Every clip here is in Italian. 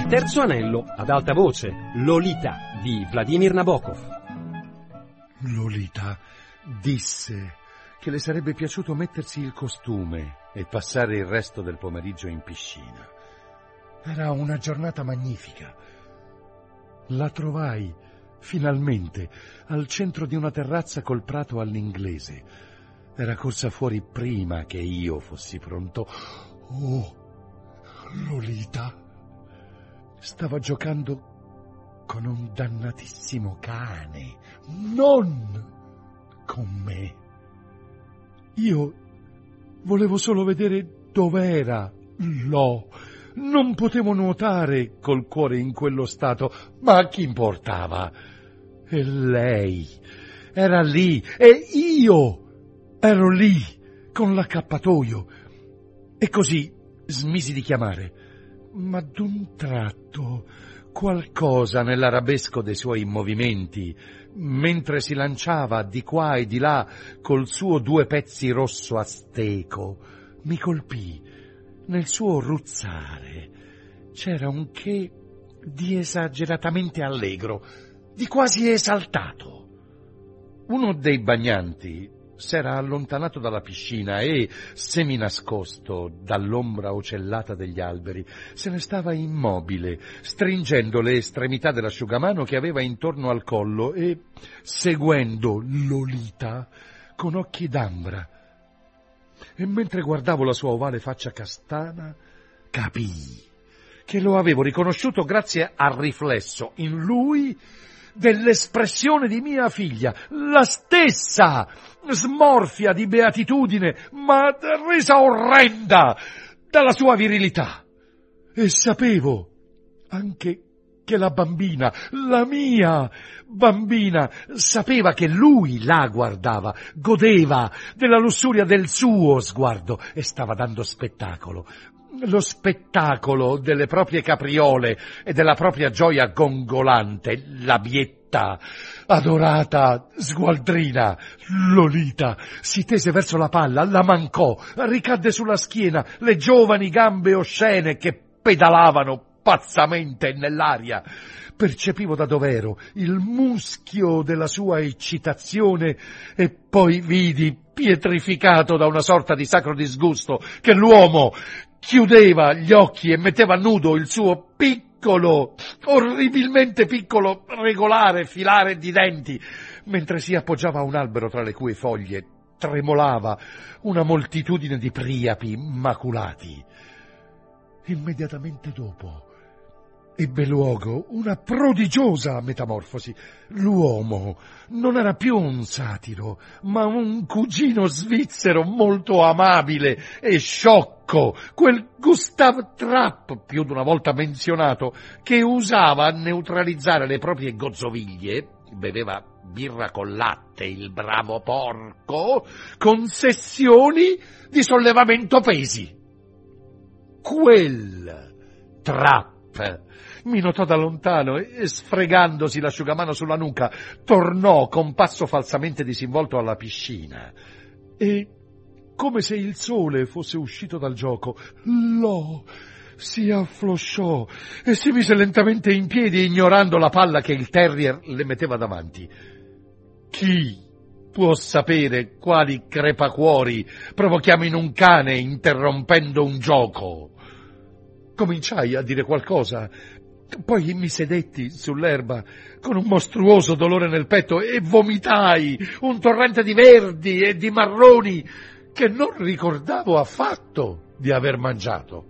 Terzo anello, ad alta voce, Lolita, di Vladimir Nabokov. Lolita disse che le sarebbe piaciuto mettersi il costume e passare il resto del pomeriggio in piscina. Era una giornata magnifica. La trovai finalmente al centro di una terrazza col prato all'inglese. Era corsa fuori prima che io fossi pronto. Oh, Lolita stava giocando con un dannatissimo cane, non con me. Io volevo solo vedere dov'era Lo. Non potevo nuotare col cuore in quello stato, ma a chi importava? E lei era lì, e io ero lì, con l'accappatoio. E così smisi di chiamare, ma d'un tratto qualcosa nell'arabesco dei suoi movimenti, mentre si lanciava di qua e di là col suo 2 pezzi rosso asteco, mi colpì. Nel suo ruzzare c'era un che di esageratamente allegro, di quasi esaltato. Uno dei bagnanti s'era allontanato dalla piscina e, seminascosto dall'ombra ocellata degli alberi, se ne stava immobile, stringendo le estremità dell'asciugamano che aveva intorno al collo e seguendo Lolita con occhi d'ambra. E mentre guardavo la sua ovale faccia castana, capii che lo avevo riconosciuto grazie al riflesso in lui dell'espressione di mia figlia, la stessa, smorfia di beatitudine, ma resa orrenda dalla sua virilità. E sapevo anche che la bambina, la mia bambina, sapeva che lui la guardava, godeva della lussuria del suo sguardo e stava dando spettacolo. Lo spettacolo delle proprie capriole e della propria gioia gongolante, la bietta, adorata sgualdrina. Lolita si tese verso la palla, la mancò, ricadde sulla schiena, le giovani gambe oscene che pedalavano pazzamente nell'aria. Percepivo da dov'ero il muschio della sua eccitazione e poi vidi, pietrificato da una sorta di sacro disgusto, che l'uomo chiudeva gli occhi e metteva a nudo il suo piccolo, orribilmente piccolo, regolare filare di denti, mentre si appoggiava a un albero tra le cui foglie tremolava una moltitudine di priapi maculati. Immediatamente dopo ebbe luogo una prodigiosa metamorfosi. L'uomo non era più un satiro, ma un cugino svizzero molto amabile e sciocco, quel Gustav Trapp, più d'una volta menzionato, che usava a neutralizzare le proprie gozzoviglie, beveva birra con latte, il bravo porco, con sessioni di sollevamento pesi. Quel Trapp mi notò da lontano e, sfregandosi l'asciugamano sulla nuca, tornò con passo falsamente disinvolto alla piscina e, come se il sole fosse uscito dal gioco, Lo si afflosciò e si mise lentamente in piedi, ignorando la palla che il terrier le metteva davanti. Chi può sapere quali crepacuori provochiamo in un cane interrompendo un gioco? Cominciai a dire qualcosa, poi mi sedetti sull'erba con un mostruoso dolore nel petto e vomitai un torrente di verdi e di marroni che non ricordavo affatto di aver mangiato.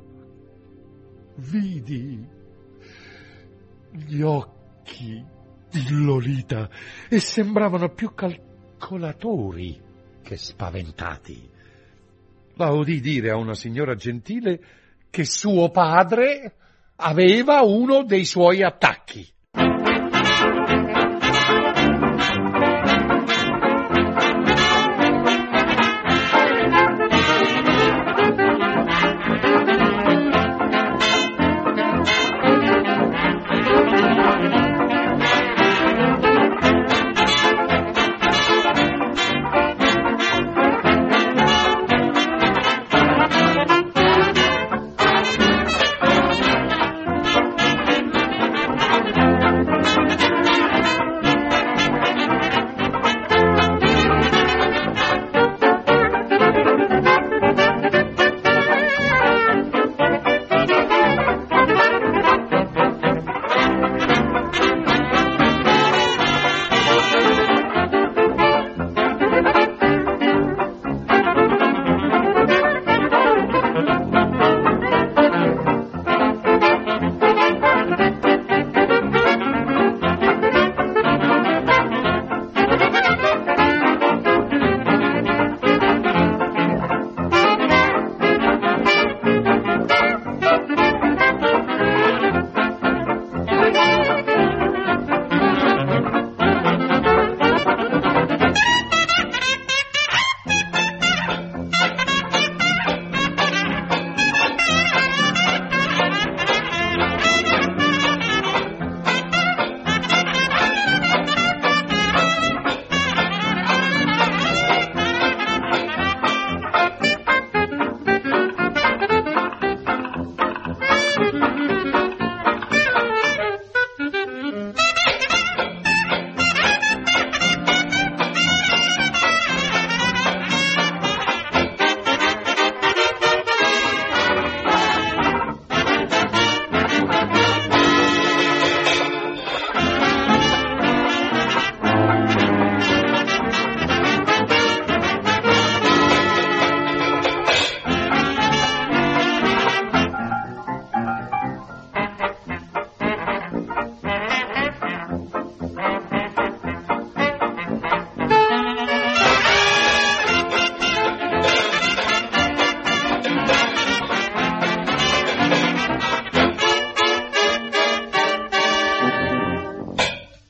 Vidi gli occhi di Lolita e sembravano più calcolatori che spaventati. La udì dire a una signora gentile che suo padre aveva uno dei suoi attacchi.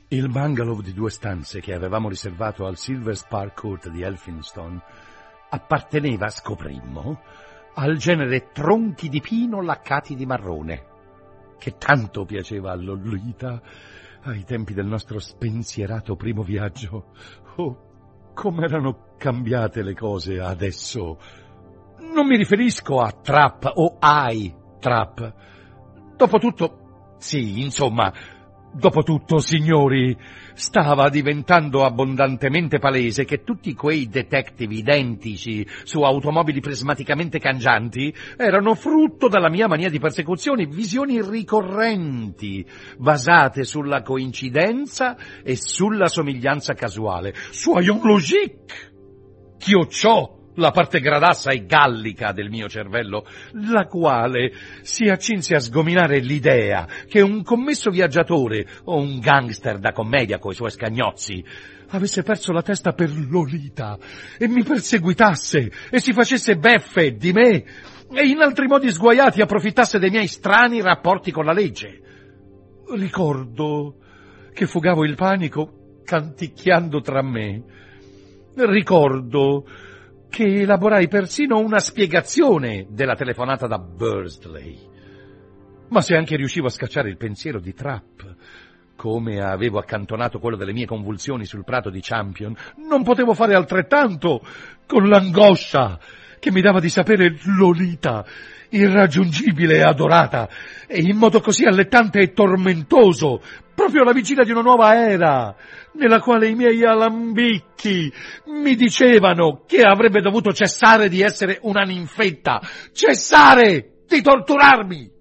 Il bungalow di 2 stanze che avevamo riservato al Silver Spar Court di Elphinstone apparteneva, scoprimmo, al genere tronchi di pino laccati di marrone, che tanto piaceva a Lolita ai tempi del nostro spensierato primo viaggio. Oh, com'erano cambiate le cose adesso! Non mi riferisco a Trapp o ai Trapp. Dopotutto, sì, insomma, dopotutto, signori, stava diventando abbondantemente palese che tutti quei detective identici su automobili prismaticamente cangianti erano frutto della mia mania di persecuzioni, visioni ricorrenti, basate sulla coincidenza e sulla somiglianza casuale. Soyons logiques! Chiocciò la parte gradassa e gallica del mio cervello, la quale si accinse a sgominare l'idea che un commesso viaggiatore o un gangster da commedia coi suoi scagnozzi avesse perso la testa per Lolita e mi perseguitasse e si facesse beffe di me e in altri modi sguaiati approfittasse dei miei strani rapporti con la legge. Ricordo che fugavo il panico canticchiando tra me. Ricordo che elaborai persino una spiegazione della telefonata da Bursley. Ma se anche riuscivo a scacciare il pensiero di Trapp, come avevo accantonato quello delle mie convulsioni sul prato di Champion, non potevo fare altrettanto con l'angoscia che mi dava di sapere Lolita, irraggiungibile e adorata, e in modo così allettante e tormentoso, proprio alla vigilia di una nuova era, nella quale i miei alambicchi mi dicevano che avrebbe dovuto cessare di essere una ninfetta, cessare di torturarmi.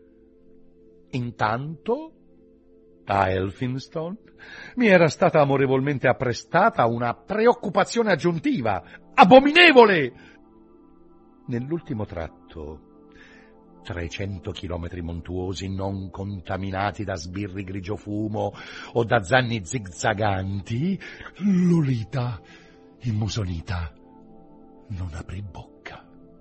Intanto, a Elphinstone, mi era stata amorevolmente apprestata una preoccupazione aggiuntiva, abominevole. Nell'ultimo tratto, 300 chilometri montuosi non contaminati da sbirri grigio fumo o da zanni zigzaganti, Lolita, immusonita, non aprì bocca.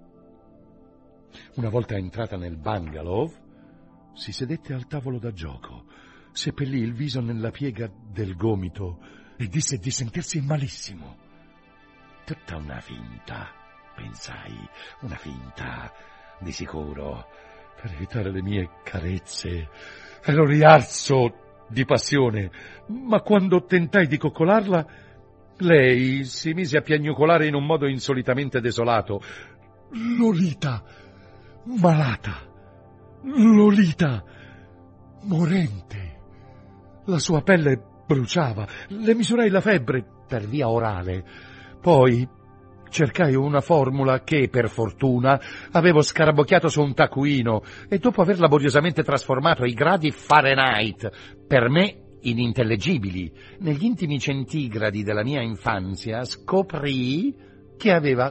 Una volta entrata nel bungalow, si sedette al tavolo da gioco, seppellì il viso nella piega del gomito e disse di sentirsi malissimo. Tutta una finta, pensai, una finta. Di sicuro, per evitare le mie carezze, ero riarso di passione, ma quando tentai di coccolarla, lei si mise a piagnucolare in un modo insolitamente desolato. Lolita, malata, Lolita, morente. La sua pelle bruciava, le misurai la febbre per via orale, poi cercai una formula che, per fortuna, avevo scarabocchiato su un taccuino e dopo aver laboriosamente trasformato i gradi Fahrenheit, per me inintellegibili, negli intimi centigradi della mia infanzia, scoprì che aveva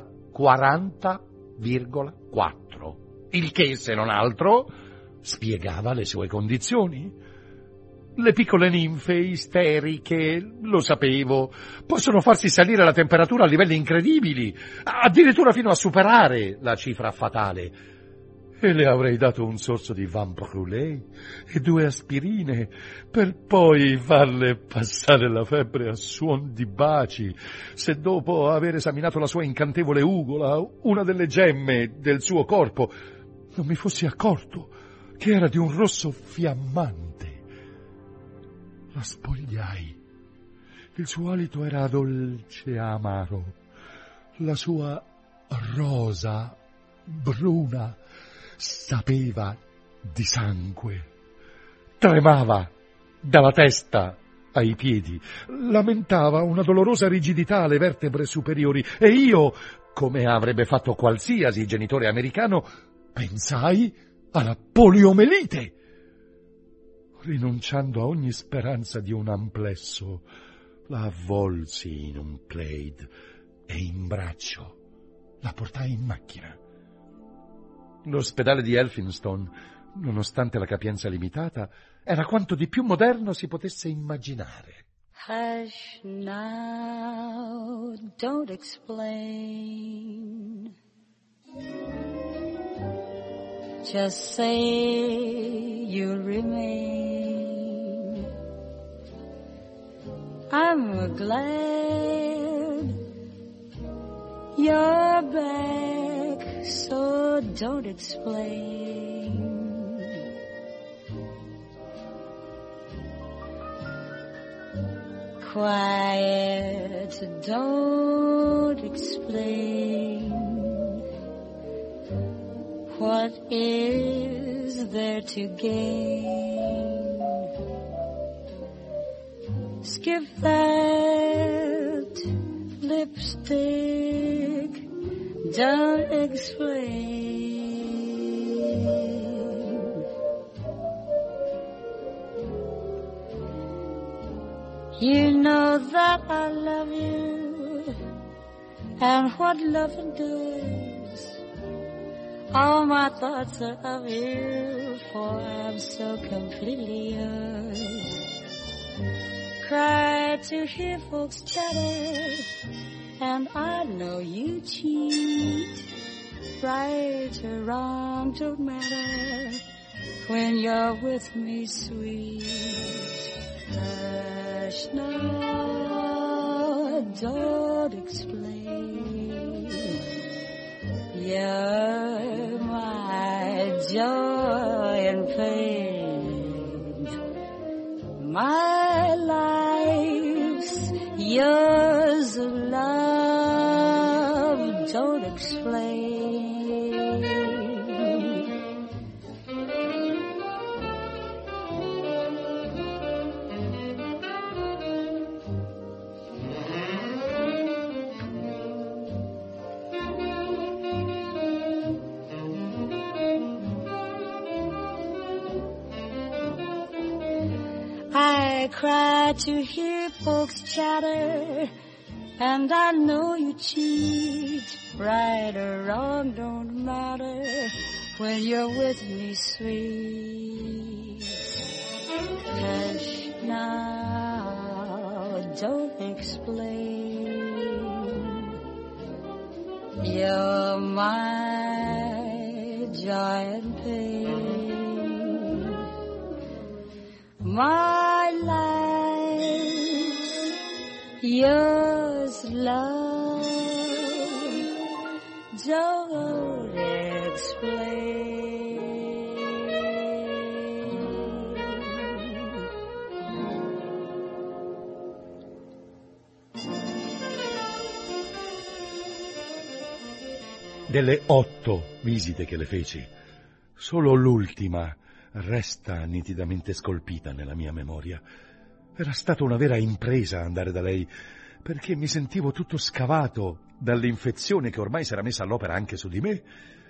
40,4, il che, se non altro, spiegava le sue condizioni. Le piccole ninfe isteriche, lo sapevo, possono farsi salire la temperatura a livelli incredibili, addirittura fino a superare la cifra fatale. E le avrei dato un sorso di vin brûlé e 2 aspirine, per poi farle passare la febbre a suon di baci, se dopo aver esaminato la sua incantevole ugola, una delle gemme del suo corpo, non mi fossi accorto che era di un rosso fiammante. La spogliai. Il suo alito era dolce e amaro. La sua rosa bruna sapeva di sangue. Tremava dalla testa ai piedi. Lamentava una dolorosa rigidità alle vertebre superiori. E io, come avrebbe fatto qualsiasi genitore americano, pensai alla poliomelite. Rinunciando a ogni speranza di un amplesso, la avvolsi in un plaid e in braccio la portai in macchina. L'ospedale di Elphinstone, nonostante la capienza limitata, era quanto di più moderno si potesse immaginare. Hush now, don't explain. Just say you'll remain. I'm glad you're back, so don't explain. Quiet, don't explain. What is there to gain? Skip that lipstick, don't explain. You know that I love you, and what loving does. All my thoughts are of you, for I'm so completely yours. Cry to hear folks chatter, and I know you cheat. Right or wrong don't matter when you're with me, sweet. Hush now, don't explain. You're my joy and pain. My life's yours of love, don't explain. I cry to hear folks chatter, and I know you cheat. Right or wrong don't matter when you're with me, sweet. Hush now, don't explain. You're my joy and pain. My life, yours, love, don't explain. Delle 8 visite che le feci, solo l'ultima resta nitidamente scolpita nella mia memoria. Era stata una vera impresa andare da lei, perché mi sentivo tutto scavato dall'infezione che ormai si era messa all'opera anche su di me.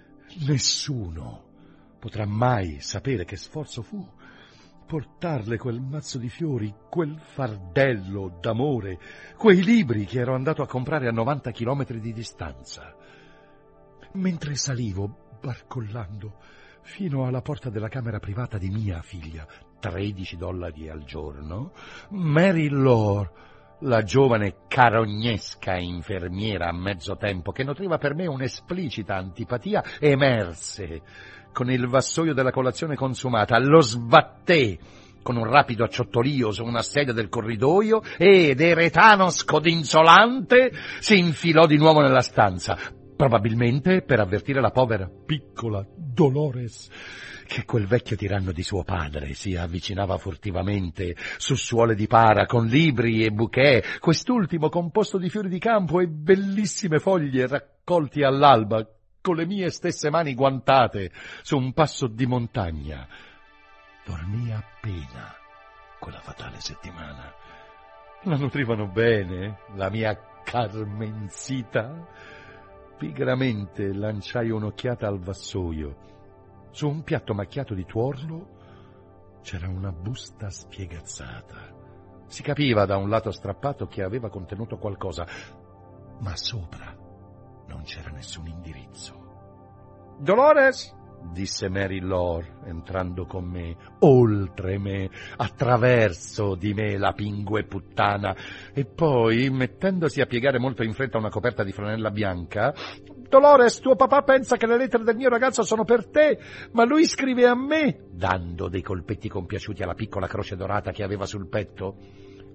Nessuno potrà mai sapere che sforzo fu portarle quel mazzo di fiori, quel fardello d'amore, quei libri che ero andato a comprare a 90 chilometri di distanza. Mentre salivo, barcollando, fino alla porta della camera privata di mia figlia, $13 al giorno, Mary Lore, la giovane carognesca infermiera a mezzo tempo, che nutriva per me un'esplicita antipatia, emerse con il vassoio della colazione consumata, lo sbatté con un rapido acciottolio su una sedia del corridoio ed, eretano scodinzolante, si infilò di nuovo nella stanza, probabilmente per avvertire la povera piccola Dolores che quel vecchio tiranno di suo padre si avvicinava furtivamente su suole di para con libri e bouquet, quest'ultimo composto di fiori di campo e bellissime foglie raccolti all'alba con le mie stesse mani guantate su un passo di montagna. Dormì appena quella fatale settimana. La nutrivano bene, la mia Carmencita. Pigramente lanciai un'occhiata al vassoio. Su un piatto macchiato di tuorlo c'era una busta spiegazzata. Si capiva da un lato strappato che aveva contenuto qualcosa, ma sopra non c'era nessun indirizzo. «Dolores!» disse Mary Lore, entrando con me, oltre me, attraverso di me, la pingue puttana, e poi, mettendosi a piegare molto in fretta una coperta di flanella bianca, «Dolores, tuo papà pensa che le lettere del mio ragazzo sono per te, ma lui scrive a me», dando dei colpetti compiaciuti alla piccola croce dorata che aveva sul petto.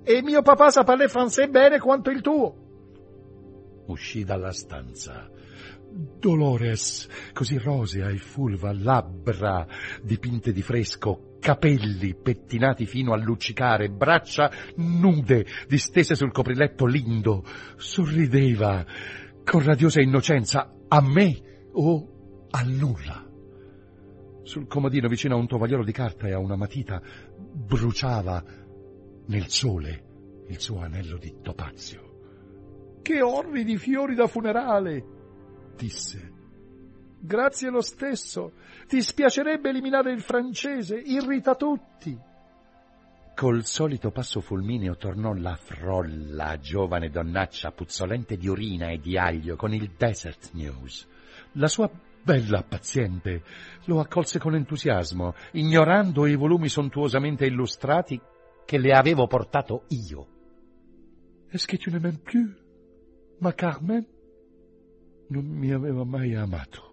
E mio papà sa parlare francese bene quanto il tuo. Uscì dalla stanza. Dolores, così rosea e fulva, labbra dipinte di fresco, capelli pettinati fino a luccicare, braccia nude distese sul copriletto lindo, sorrideva con radiosa innocenza a me o al nulla. Sul comodino vicino a un tovagliolo di carta e a una matita bruciava nel sole il suo anello di topazio. Che orridi fiori da funerale, disse. Grazie lo stesso. Ti spiacerebbe eliminare il francese, irrita tutti. Col solito passo fulmineo tornò la frolla, giovane donnaccia puzzolente di urina e di aglio con il Desert News. La sua bella paziente lo accolse con entusiasmo, ignorando i volumi sontuosamente illustrati che le avevo portato io. Est-ce que tu ne m'aimes plus, ma Carmen? Non mi aveva mai amato.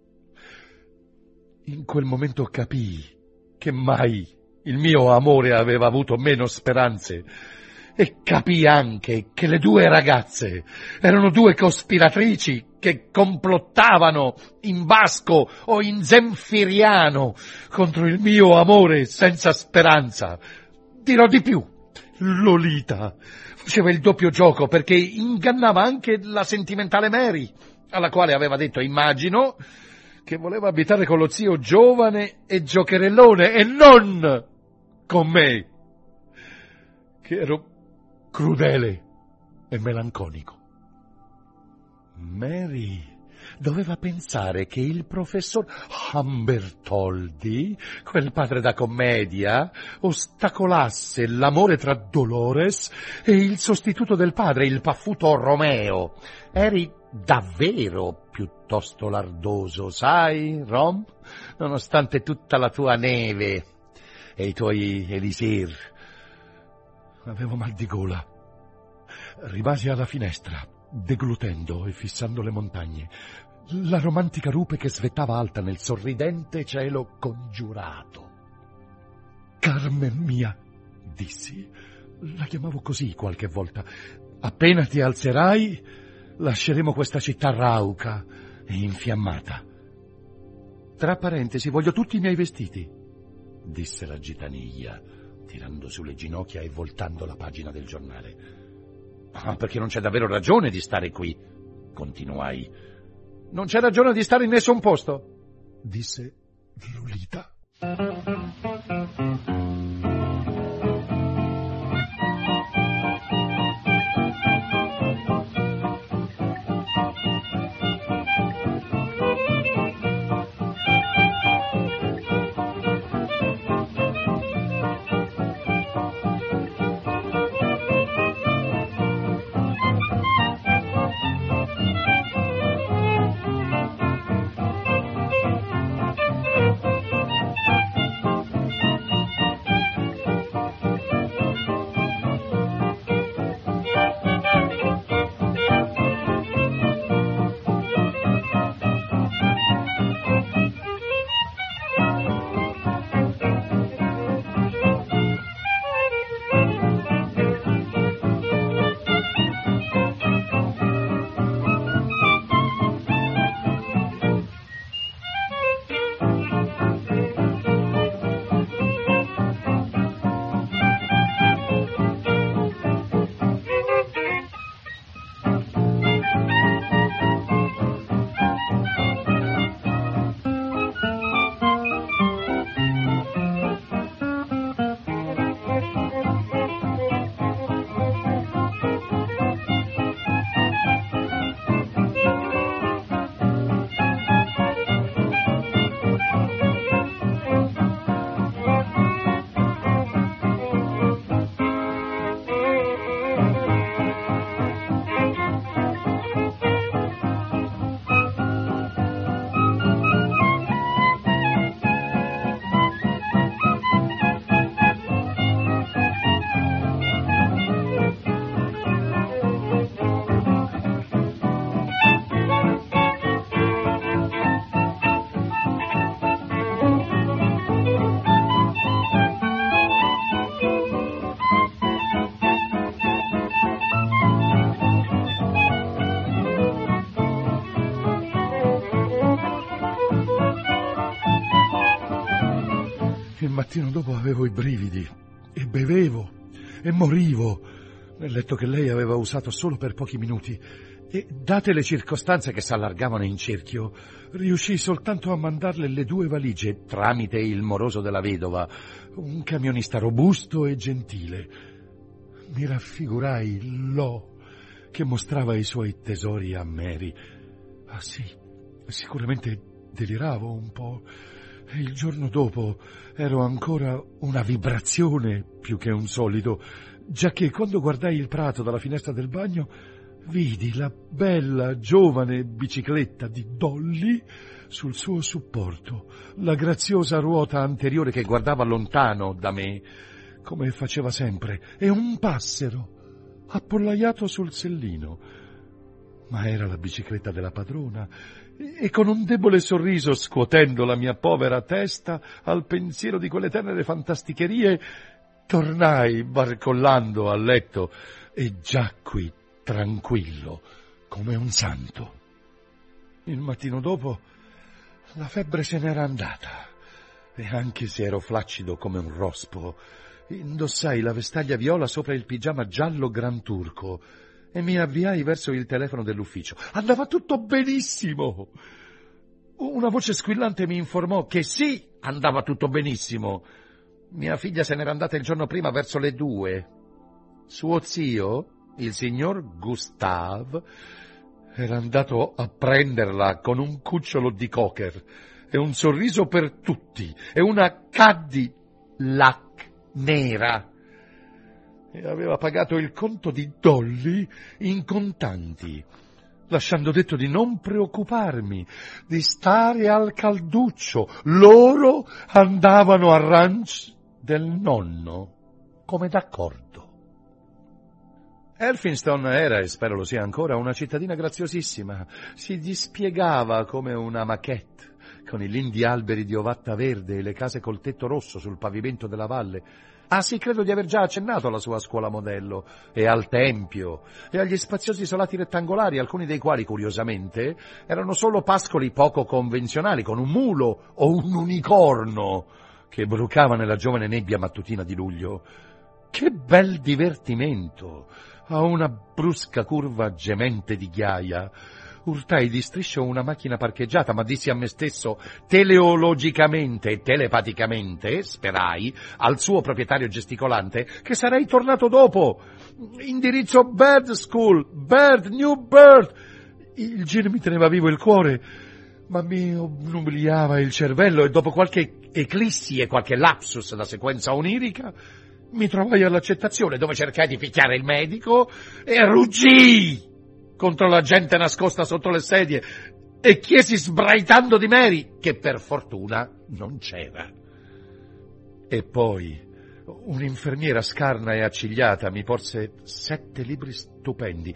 In quel momento capii che mai il mio amore aveva avuto meno speranze e capii anche che le due ragazze erano due cospiratrici che complottavano in basco o in zenfiriano contro il mio amore senza speranza. Dirò di più, Lolita faceva il doppio gioco perché ingannava anche la sentimentale Mary, alla quale aveva detto, immagino, che voleva abitare con lo zio giovane e giocherellone e non con me, che ero crudele e melanconico. Mary doveva pensare che il professor Humbertoldi, quel padre da commedia, ostacolasse l'amore tra Dolores e il sostituto del padre, il paffuto Romeo. Eri davvero piuttosto lardoso, sai, Rom? Nonostante tutta la tua neve e i tuoi elisir. Avevo mal di gola. Rimasi alla finestra, deglutendo e fissando le montagne, la romantica rupe che svettava alta nel sorridente cielo congiurato. Carmen mia, dissi, la chiamavo così qualche volta, appena ti alzerai lasceremo questa città rauca e infiammata. Tra parentesi, voglio tutti i miei vestiti, disse la gitaniglia, tirando su le ginocchia e voltando la pagina del giornale. Ah, perché non c'è davvero ragione di stare qui, continuai. Non c'è ragione di stare in nessun posto, disse Lolita. mattino dopo avevo i brividi e bevevo e morivo nel letto che lei aveva usato solo per pochi minuti. E, date le circostanze che s'allargavano in cerchio, riuscii soltanto a mandarle le 2 valigie tramite il moroso della vedova, un camionista robusto e gentile. Mi raffigurai Lo che mostrava i suoi tesori a Mary. Ah sì, sicuramente deliravo un po'. E il giorno dopo ero ancora una vibrazione più che un solido, giacché quando guardai il prato dalla finestra del bagno vidi la bella giovane bicicletta di Dolly sul suo supporto, la graziosa ruota anteriore che guardava lontano da me, come faceva sempre, e un passero appollaiato sul sellino. Ma era la bicicletta della padrona, e con un debole sorriso, scuotendo la mia povera testa al pensiero di quelle tenere fantasticherie, tornai barcollando a letto e giacqui tranquillo come un santo. Il mattino dopo la febbre se n'era andata e anche se ero flaccido come un rospo, indossai la vestaglia viola sopra il pigiama giallo gran turco e mi avviai verso il telefono dell'ufficio. Andava tutto benissimo. Una voce squillante mi informò che sì, andava tutto benissimo. Mia figlia se n'era andata il giorno prima verso le 2. Suo zio, il signor Gustave, era andato a prenderla con un cucciolo di cocker e un sorriso per tutti e una Cadillac nera, e aveva pagato il conto di Dolly in contanti, lasciando detto di non preoccuparmi, di stare al calduccio. Loro andavano al ranch del nonno, come d'accordo. Elphinstone era, e spero lo sia ancora, una cittadina graziosissima. Si dispiegava come una maquette, con i lindi alberi di ovatta verde e le case col tetto rosso sul pavimento della valle. Ah sì, credo di aver già accennato alla sua scuola modello, e al tempio, e agli spaziosi isolati rettangolari, alcuni dei quali, curiosamente, erano solo pascoli poco convenzionali, con un mulo o un unicorno che brucava nella giovane nebbia mattutina di luglio. Che bel divertimento! A una brusca curva gemente di ghiaia urtai di striscio una macchina parcheggiata, ma dissi a me stesso, teleologicamente e telepaticamente, sperai, al suo proprietario gesticolante, che sarei tornato dopo. Indirizzo Bird School, Bird, New Bird. Il giro mi teneva vivo il cuore, ma mi obnubiliava il cervello, e dopo qualche eclissi e qualche lapsus da sequenza onirica mi trovai all'accettazione, dove cercai di picchiare il medico e ruggii contro la gente nascosta sotto le sedie e chiesi sbraitando di Mary, che per fortuna non c'era. E poi un'infermiera scarna e accigliata mi porse 7 libri stupendi,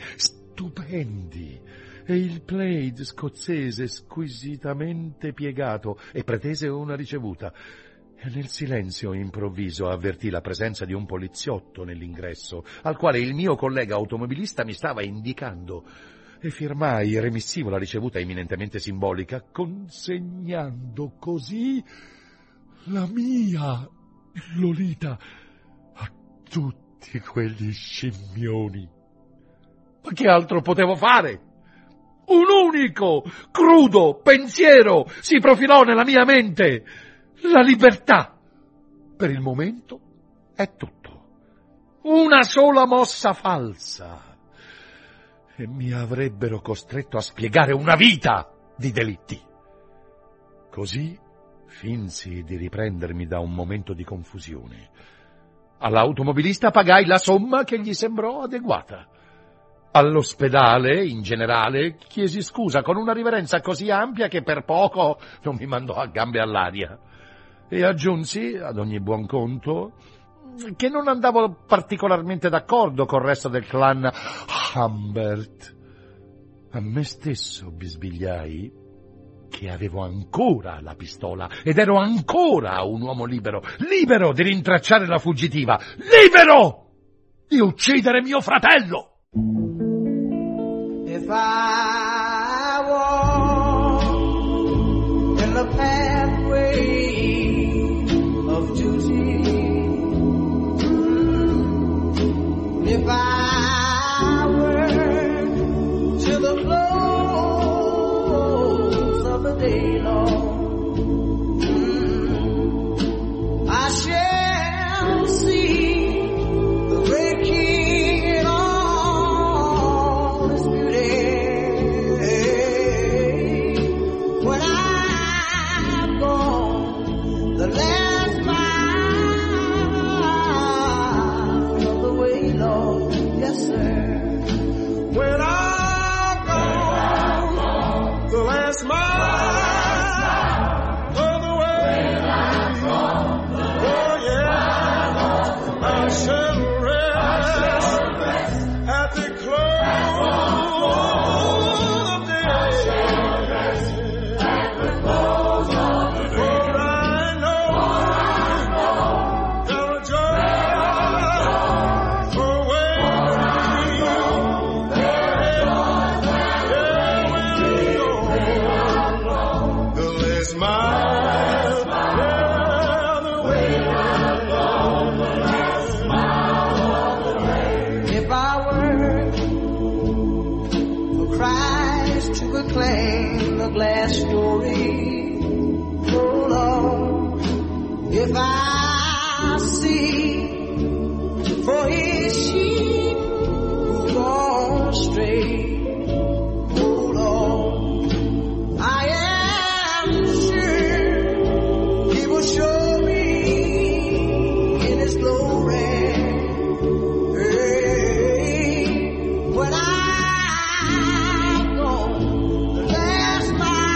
e il plaid scozzese squisitamente piegato, e pretese una ricevuta. E nel silenzio improvviso avvertì la presenza di un poliziotto nell'ingresso, al quale il mio collega automobilista mi stava indicando, e firmai remissivo la ricevuta eminentemente simbolica, consegnando così la mia Lolita a tutti quegli scimmioni. Ma che altro potevo fare? Un unico, crudo pensiero si profilò nella mia mente: la libertà. Per il momento è tutto. Una sola mossa falsa e mi avrebbero costretto a spiegare una vita di delitti. Così finsi di riprendermi da un momento di confusione. All'automobilista pagai la somma che gli sembrò adeguata. All'ospedale, in generale, chiesi scusa con una riverenza così ampia che per poco non mi mandò a gambe all'aria. E aggiunsi, ad ogni buon conto, che non andavo particolarmente d'accordo col resto del clan Humbert. A me stesso bisbigliai che avevo ancora la pistola ed ero ancora un uomo libero, libero di rintracciare la fuggitiva, libero di uccidere mio fratello. If I walk in the pathway of duty, last mile of the way, Lord, yes sir. When I'm gone, the last mile of the way, oh yeah, I shall rest at the close of day. For I know there are joys awaiting the last mile, the way. If I were for Christ to proclaim the glass story, oh Lord, if I see for his sheep who've gone astray, oh Lord, I am sure he will show me in his glory. Hey, when I'm gone, the last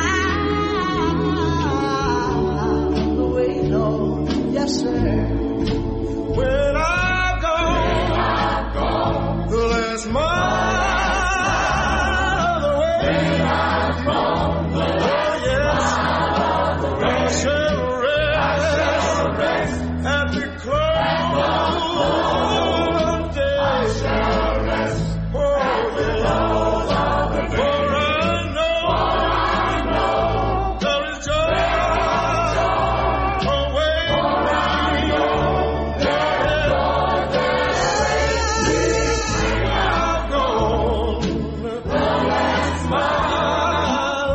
mile the way, Lord, yes sir. When I'm gone, the last mile the way, oh yes, I shall rest at the close of day. Oh yeah, for I know there is joy awaiting. I'm gone, the last mile,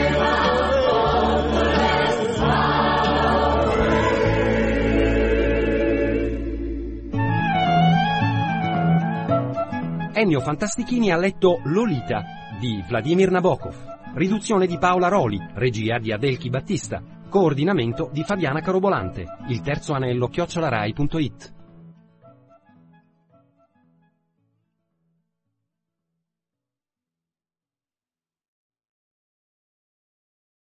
Ennio Fantastichini ha letto Lolita di Vladimir Nabokov, riduzione di Paola Roli, regia di Adelchi Battista, coordinamento di Fabiana Carobolante, il terzo anello @rai.it.